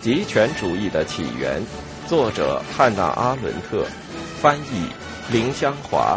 极权主义的起源，作者汉娜·阿伦特，翻译林香华。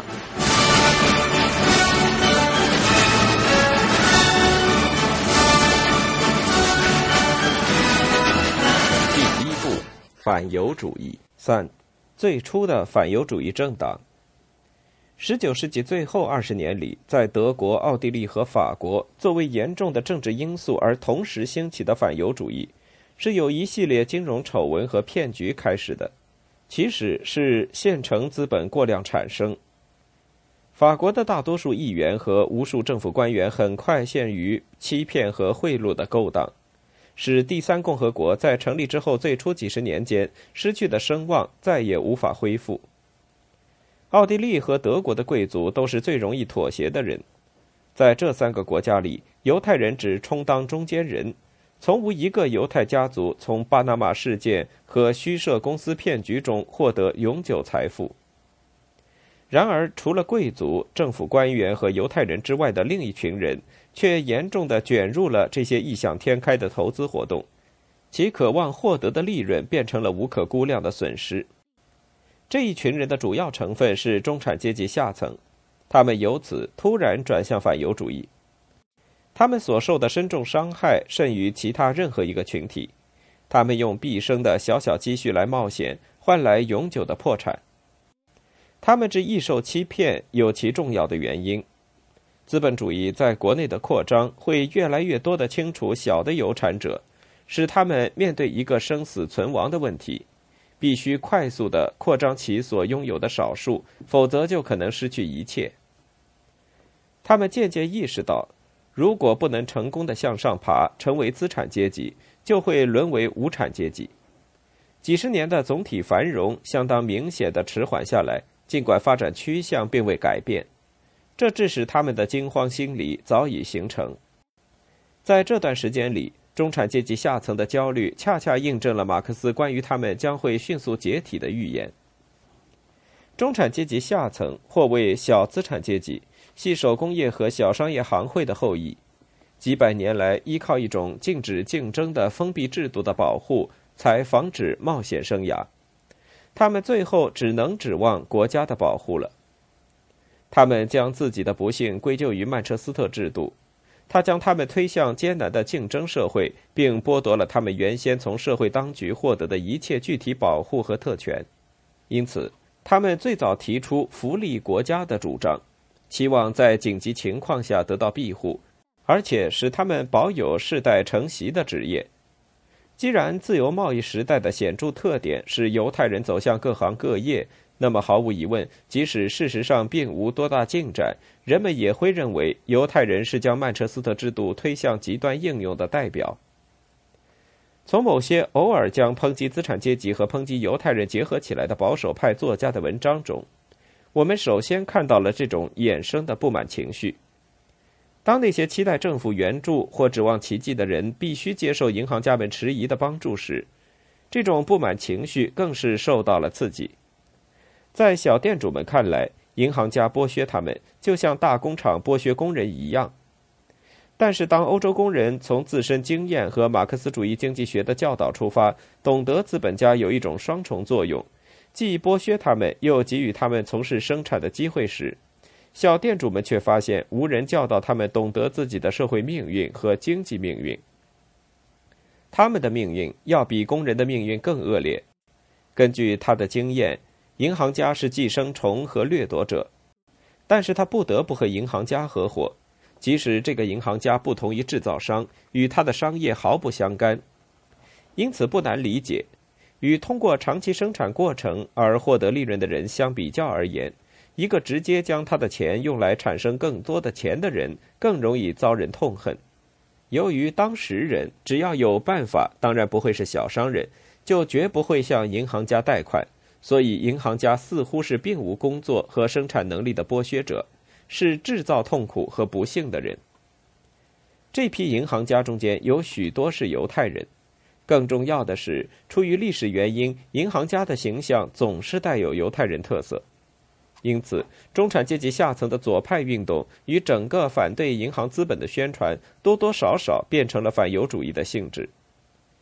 第一部：反犹主义。3. 最初的反犹主义政党。19世纪最后20年里，在德国、奥地利和法国作为严重的政治因素而同时兴起的反犹主义，是由一系列金融丑闻和骗局开始的，起始是现成资本过量产生。法国的大多数议员和无数政府官员很快陷于欺骗和贿赂的勾当，使第三共和国在成立之后最初几十年间失去的声望再也无法恢复。奥地利和德国的贵族都是最容易妥协的人，在这3个国家里，犹太人只充当中间人，从无一个犹太家族从巴拿马事件和虚设公司骗局中获得永久财富。然而，除了贵族、政府官员和犹太人之外的另一群人，却严重地卷入了这些异想天开的投资活动，其渴望获得的利润变成了无可估量的损失。这一群人的主要成分是中产阶级下层，他们由此突然转向反犹主义。他们所受的深重伤害甚于其他任何一个群体，他们用毕生的小小积蓄来冒险，换来永久的破产。他们之易受欺骗有其重要的原因。资本主义在国内的扩张会越来越多地清除小的有产者，使他们面对一个生死存亡的问题，必须快速地扩张其所拥有的少数，否则就可能失去一切。他们渐渐意识到，如果不能成功地向上爬，成为资产阶级，就会沦为无产阶级。几十年的总体繁荣相当明显地迟缓下来，尽管发展趋向并未改变，这致使他们的惊慌心理早已形成。在这段时间里，中产阶级下层的焦虑恰恰印证了马克思关于他们将会迅速解体的预言。中产阶级下层或为小资产阶级，系手工业和小商业行会的后裔，几百年来依靠一种禁止竞争的封闭制度的保护，才防止冒险生涯。他们最后只能指望国家的保护了。他们将自己的不幸归咎于曼彻斯特制度，他将他们推向艰难的竞争社会，并剥夺了他们原先从社会当局获得的一切具体保护和特权。因此，他们最早提出福利国家的主张，期望在紧急情况下得到庇护，而且使他们保有世代承袭的职业。既然自由贸易时代的显著特点是犹太人走向各行各业，那么毫无疑问，即使事实上并无多大进展，人们也会认为犹太人是将曼彻斯特制度推向极端应用的代表。从某些偶尔将抨击资产阶级和抨击犹太人结合起来的保守派作家的文章中，我们首先看到了这种衍生的不满情绪。当那些期待政府援助或指望奇迹的人必须接受银行家们迟疑的帮助时，这种不满情绪更是受到了刺激。在小店主们看来，银行家剥削他们，就像大工厂剥削工人一样。但是当欧洲工人从自身经验和马克思主义经济学的教导出发，懂得资本家有一种双重作用，既剥削他们，又给予他们从事生产的机会时，小店主们却发现无人教导他们懂得自己的社会命运和经济命运。他们的命运要比工人的命运更恶劣。根据他的经验，银行家是寄生虫和掠夺者，但是他不得不和银行家合伙，即使这个银行家不同于制造商，与他的商业毫不相干。因此不难理解，与通过长期生产过程而获得利润的人相比较而言，一个直接将他的钱用来产生更多的钱的人更容易遭人痛恨。由于当时人只要有办法，当然不会是小商人，就绝不会向银行家贷款，所以银行家似乎是并无工作和生产能力的剥削者，是制造痛苦和不幸的人。这批银行家中间有许多是犹太人，更重要的是，出于历史原因，银行家的形象总是带有犹太人特色。因此，中产阶级下层的左派运动与整个反对银行资本的宣传多多少少变成了反犹主义的性质。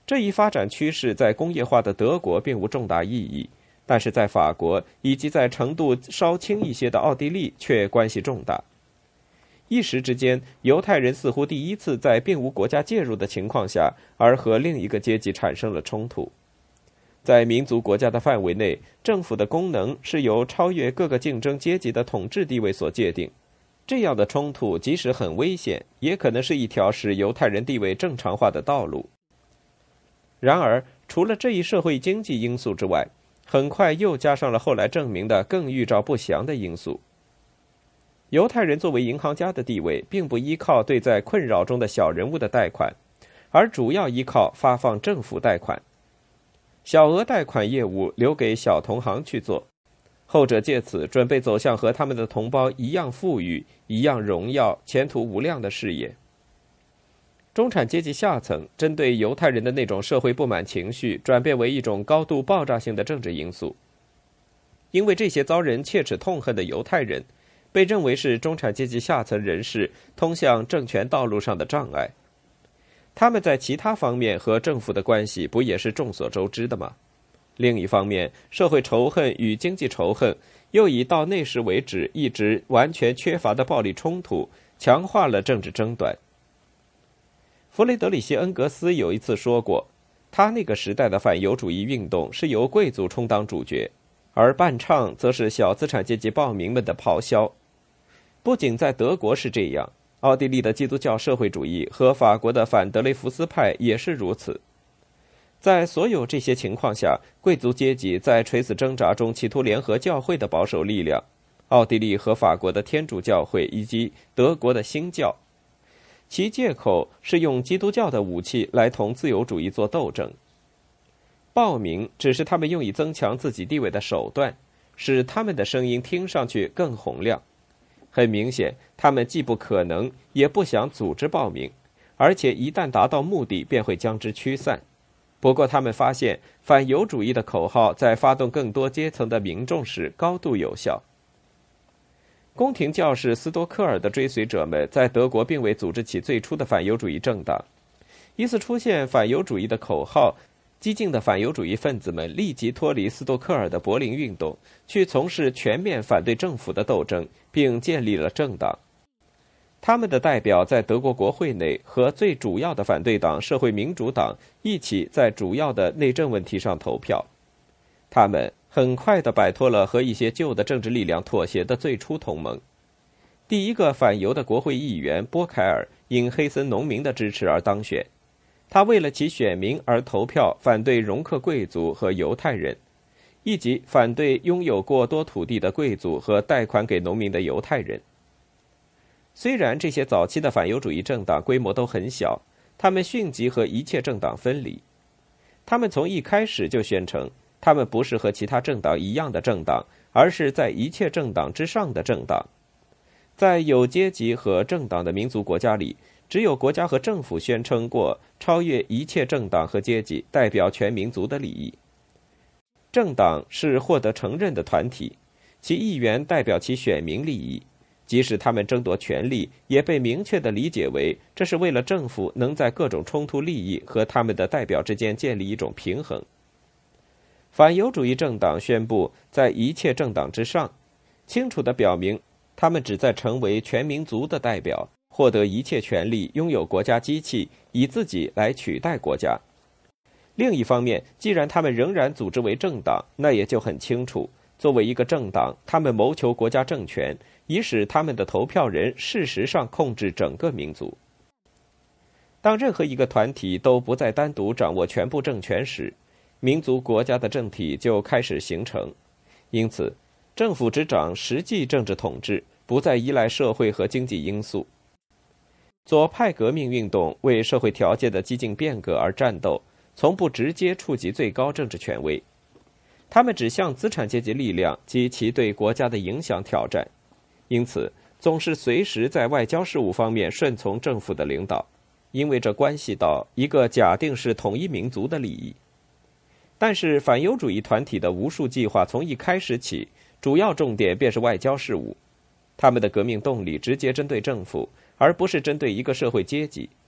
这一发展趋势在工业化的德国并无重大意义，但是在法国以及在程度稍轻一些的奥地利却关系重大。一时之间，犹太人似乎第一次在并无国家介入的情况下，而和另一个阶级产生了冲突。在民族国家的范围内，政府的功能是由超越各个竞争阶级的统治地位所界定。这样的冲突即使很危险，也可能是一条使犹太人地位正常化的道路。然而，除了这一社会经济因素之外，很快又加上了后来证明的更预兆不详的因素。犹太人作为银行家的地位，并不依靠对在困扰中的小人物的贷款，而主要依靠发放政府贷款。小额贷款业务留给小同行去做，后者借此准备走向和他们的同胞一样富裕、一样荣耀、前途无量的事业。中产阶级下层针对犹太人的那种社会不满情绪，转变为一种高度爆炸性的政治因素。因为这些遭人切齿痛恨的犹太人，被认为是中产阶级下层人士通向政权道路上的障碍。他们在其他方面和政府的关系不也是众所周知的吗？另一方面，社会仇恨与经济仇恨又以到那时为止一直完全缺乏的暴力冲突，强化了政治争端。弗雷德里希·恩格斯有一次说过，他那个时代的反犹主义运动是由贵族充当主角，而伴唱则是小资产阶级暴民们的咆哮。不仅在德国是这样，奥地利的基督教社会主义和法国的反德雷福斯派也是如此。在所有这些情况下，贵族阶级在垂死挣扎中企图联合教会的保守力量，奥地利和法国的天主教会以及德国的新教，其借口是用基督教的武器来同自由主义做斗争。暴民只是他们用以增强自己地位的手段，使他们的声音听上去更洪亮。很明显，他们既不可能也不想组织暴民，而且一旦达到目的便会将之驱散。不过他们发现反犹主义的口号在发动更多阶层的民众时高度有效。宫廷教士斯多克尔的追随者们在德国并未组织起最初的反犹主义政党。一次出现反犹主义的口号，激进的反犹主义分子们立即脱离斯多克尔的柏林运动，去从事全面反对政府的斗争，并建立了政党。他们的代表在德国国会内和最主要的反对党社会民主党一起在主要的内政问题上投票。他们很快地摆脱了和一些旧的政治力量妥协的最初同盟。第一个反犹的国会议员波凯尔因黑森农民的支持而当选，他为了其选民而投票反对容克贵族和犹太人，以及反对拥有过多土地的贵族和贷款给农民的犹太人。虽然这些早期的反犹主义政党规模都很小，他们迅即和一切政党分离。他们从一开始就宣称，他们不是和其他政党一样的政党，而是在一切政党之上的政党。在有阶级和政党的民族国家里，只有国家和政府宣称过超越一切政党和阶级，代表全民族的利益。政党是获得承认的团体，其议员代表其选民利益，即使他们争夺权力，也被明确地理解为这是为了政府能在各种冲突利益和他们的代表之间建立一种平衡。反犹主义政党宣布在一切政党之上，清楚地表明他们旨在成为全民族的代表，获得一切权利，拥有国家机器，以自己来取代国家。另一方面，既然他们仍然组织为政党，那也就很清楚，作为一个政党，他们谋求国家政权，以使他们的投票人事实上控制整个民族。当任何一个团体都不再单独掌握全部政权时，民族国家的政体就开始形成。因此，政府执掌实际政治统治，不再依赖社会和经济因素。左派革命运动为社会条件的激进变革而战斗，从不直接触及最高政治权威。他们只向资产阶级力量及其对国家的影响挑战，因此总是随时在外交事务方面顺从政府的领导，因为这关系到一个假定是统一民族的利益。但是反犹主义团体的无数计划从一开始起，主要重点便是外交事务，他们的革命动力直接针对政府，而不是针对一个社会阶级。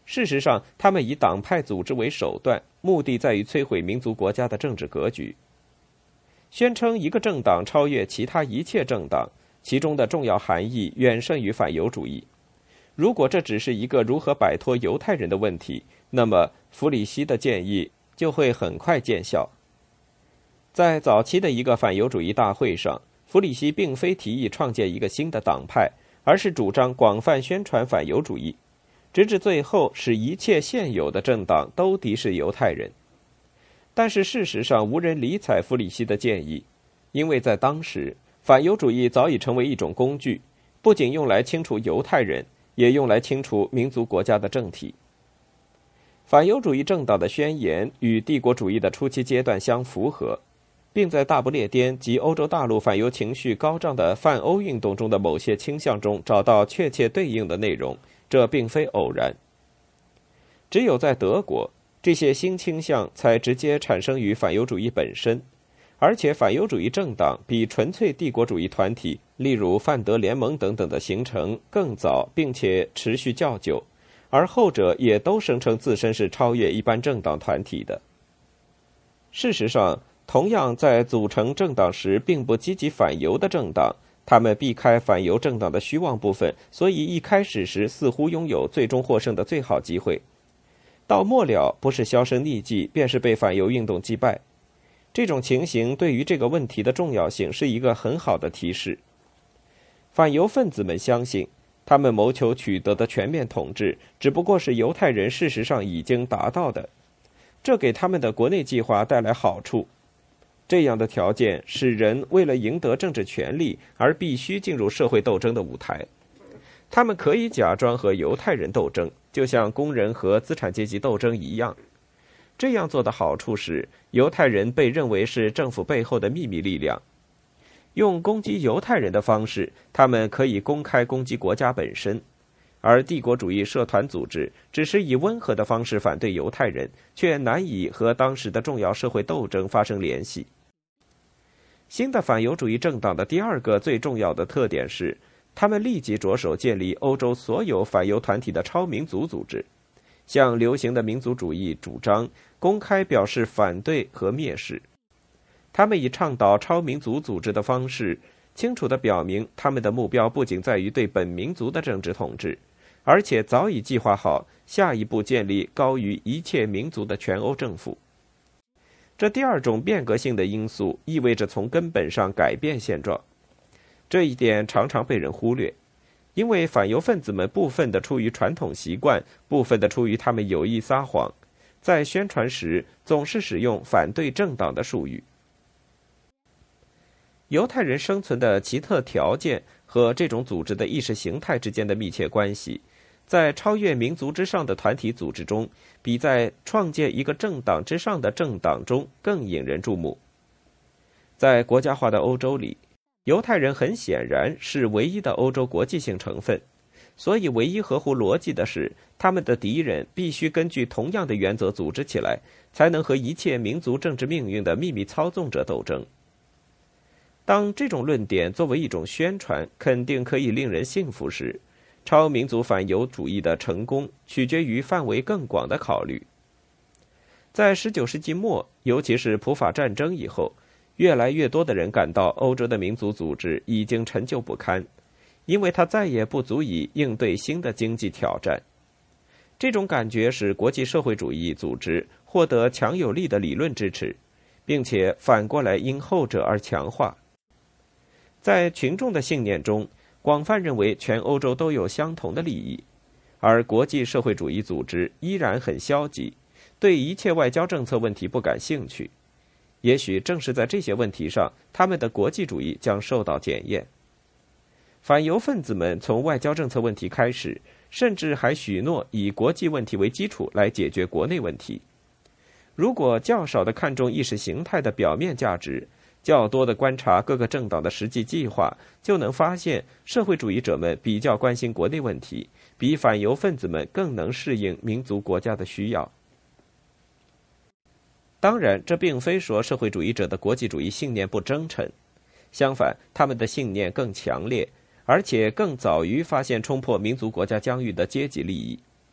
事实上，他们以党派组织为手段，目的在于摧毁民族国家的政治格局。宣称一个政党超越其他一切政党，其中的重要含义远胜于反犹主义。如果这只是一个如何摆脱犹太人的问题，那么弗里希的建议就会很快见效。在早期的一个反犹主义大会上，弗里希并非提议创建一个新的党派，而是主张广泛宣传反犹主义，直至最后使一切现有的政党都敌视犹太人。但是事实上无人理睬弗里希的建议，因为在当时反犹主义早已成为一种工具，不仅用来清除犹太人，也用来清除民族国家的政体。反犹主义政党的宣言与帝国主义的初期阶段相符合，并在大不列颠及欧洲大陆反犹情绪高涨的泛欧运动中的某些倾向中找到确切对应的内容，这并非偶然。只有在德国，这些新倾向才直接产生于反犹主义本身，而且反犹主义政党比纯粹帝国主义团体，例如范德联盟等等的形成更早，并且持续较久，而后者也都声称自身是超越一般政党团体的。事实上，同样在组成政党时并不积极反犹的政党，他们避开反犹政党的虚妄部分，所以一开始时似乎拥有最终获胜的最好机会。到末了，不是销声匿迹，便是被反犹运动击败。这种情形对于这个问题的重要性是一个很好的提示。反犹分子们相信，他们谋求取得的全面统治，只不过是犹太人事实上已经达到的，这给他们的国内计划带来好处。这样的条件使人为了赢得政治权利而必须进入社会斗争的舞台。他们可以假装和犹太人斗争，就像工人和资产阶级斗争一样。这样做的好处是，犹太人被认为是政府背后的秘密力量。用攻击犹太人的方式，他们可以公开攻击国家本身，而帝国主义社团组织只是以温和的方式反对犹太人，却难以和当时的重要社会斗争发生联系。新的反犹主义政党的第二个最重要的特点是，他们立即着手建立欧洲所有反犹团体的超民族组织，向流行的民族主义主张公开表示反对和蔑视。他们以倡导超民族组织的方式，清楚地表明他们的目标不仅在于对本民族的政治统治，而且早已计划好下一步建立高于一切民族的全欧政府。这第二种变革性的因素意味着从根本上改变现状。这一点常常被人忽略，因为反犹分子们部分的出于传统习惯，部分的出于他们有意撒谎，在宣传时总是使用反对政党的术语。犹太人生存的奇特条件和这种组织的意识形态之间的密切关系，在超越民族之上的团体组织中，比在创建一个政党之上的政党中更引人注目。在国家化的欧洲里，犹太人很显然是唯一的欧洲国际性成分，所以唯一合乎逻辑的是，他们的敌人必须根据同样的原则组织起来，才能和一切民族政治命运的秘密操纵者斗争。当这种论点作为一种宣传肯定可以令人信服时，超民族反犹主义的成功取决于范围更广的考虑。在19世纪末，尤其是普法战争以后，越来越多的人感到欧洲的民族组织已经陈旧不堪，因为它再也不足以应对新的经济挑战。这种感觉使国际社会主义组织获得强有力的理论支持，并且反过来因后者而强化。在群众的信念中，广泛认为全欧洲都有相同的利益，而国际社会主义组织依然很消极，对一切外交政策问题不感兴趣。也许正是在这些问题上，他们的国际主义将受到检验。反犹分子们从外交政策问题开始，甚至还许诺以国际问题为基础来解决国内问题。如果较少地看重意识形态的表面价值，较多地观察各个政党的实际计划，就能发现社会主义者们比较关心国内问题，比反犹分子们更能适应民族国家的需要。当然，这并非说社会主义者的国际主义信念不真诚，相反，他们的信念更强烈，而且更早于发现冲破民族国家疆域的阶级利益。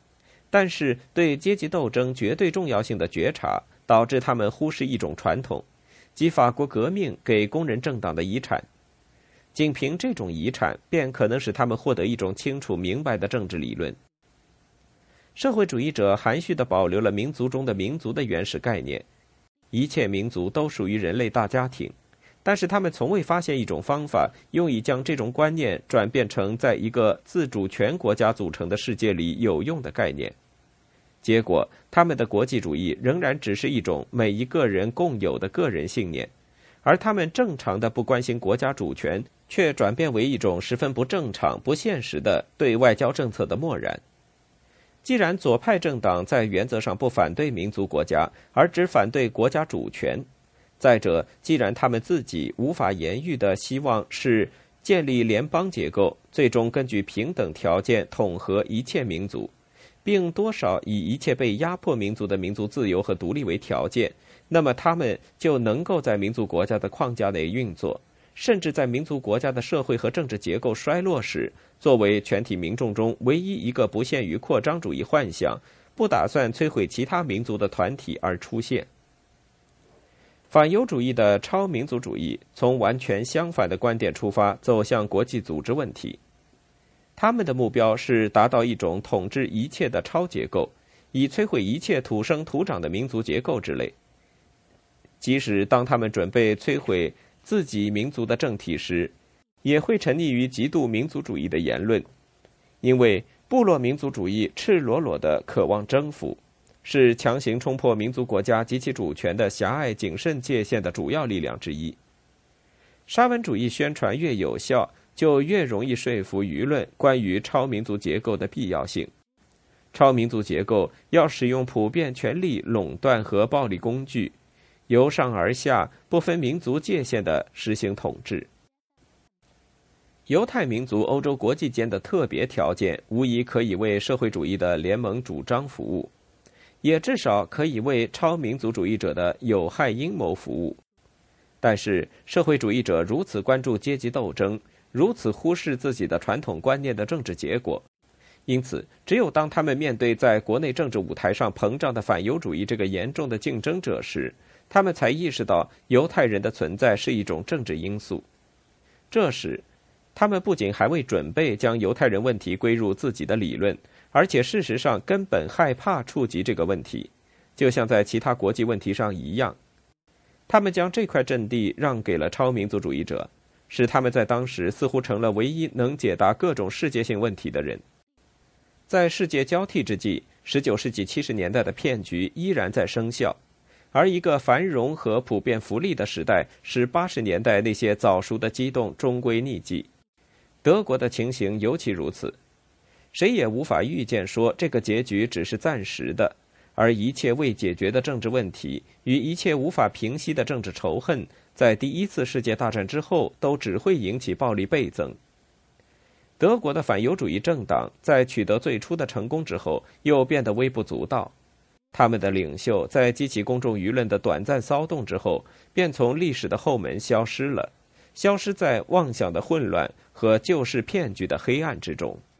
但是对阶级斗争绝对重要性的觉察，导致他们忽视一种传统，即法国革命给工人政党的遗产。仅凭这种遗产，便可能使他们获得一种清楚明白的政治理论。社会主义者含蓄地保留了民族中的民族的原始概念，一切民族都属于人类大家庭，但是他们从未发现一种方法，用以将这种观念转变成在一个自主权国家组成的世界里有用的概念。结果，他们的国际主义仍然只是一种每一个人共有的个人信念，而他们正常的不关心国家主权，却转变为一种十分不正常、不现实的对外交政策的漠然。既然左派政党在原则上不反对民族国家，而只反对国家主权，再者，既然他们自己无法言喻的希望是建立联邦结构，最终根据平等条件统合一切民族，并多少以一切被压迫民族的民族自由和独立为条件，那么他们就能够在民族国家的框架内运作，甚至在民族国家的社会和政治结构衰落时，作为全体民众中唯一一个不限于扩张主义幻想、不打算摧毁其他民族的团体而出现。反犹主义的超民族主义从完全相反的观点出发，走向国际组织问题。他们的目标是达到一种统治一切的超结构，以摧毁一切土生土长的民族结构之类。即使当他们准备摧毁自己民族的政体时，也会沉溺于极度民族主义的言论，因为部落民族主义赤裸裸地渴望征服，是强行冲破民族国家及其主权的狭隘谨慎界限的主要力量之一。沙文主义宣传越有效，就越容易说服舆论关于超民族结构的必要性。超民族结构要使用普遍权力垄断和暴力工具，由上而下不分民族界限地实行统治。犹太民族欧洲国际间的特别条件无疑可以为社会主义的联盟主张服务，也至少可以为超民族主义者的有害阴谋服务。但是社会主义者如此关注阶级斗争，如此忽视自己的传统观念的政治结果，因此只有当他们面对在国内政治舞台上膨胀的反犹主义这个严重的竞争者时，他们才意识到犹太人的存在是一种政治因素。这时他们不仅还未准备将犹太人问题归入自己的理论，而且事实上根本害怕触及这个问题，就像在其他国际问题上一样。他们将这块阵地让给了超民族主义者，使他们在当时似乎成了唯一能解答各种世界性问题的人。在世界交替之际，19世纪70年代的骗局依然在生效，而一个繁荣和普遍福利的时代使80年代那些早熟的激动终归匿迹。德国的情形尤其如此，谁也无法预见说这个结局只是暂时的，而一切未解决的政治问题与一切无法平息的政治仇恨，在第一次世界大战之后都只会引起暴力倍增。德国的反犹主义政党在取得最初的成功之后，又变得微不足道。他们的领袖在激起公众舆论的短暂骚动之后，便从历史的后门消失了，消失在妄想的混乱和旧式骗局的黑暗之中。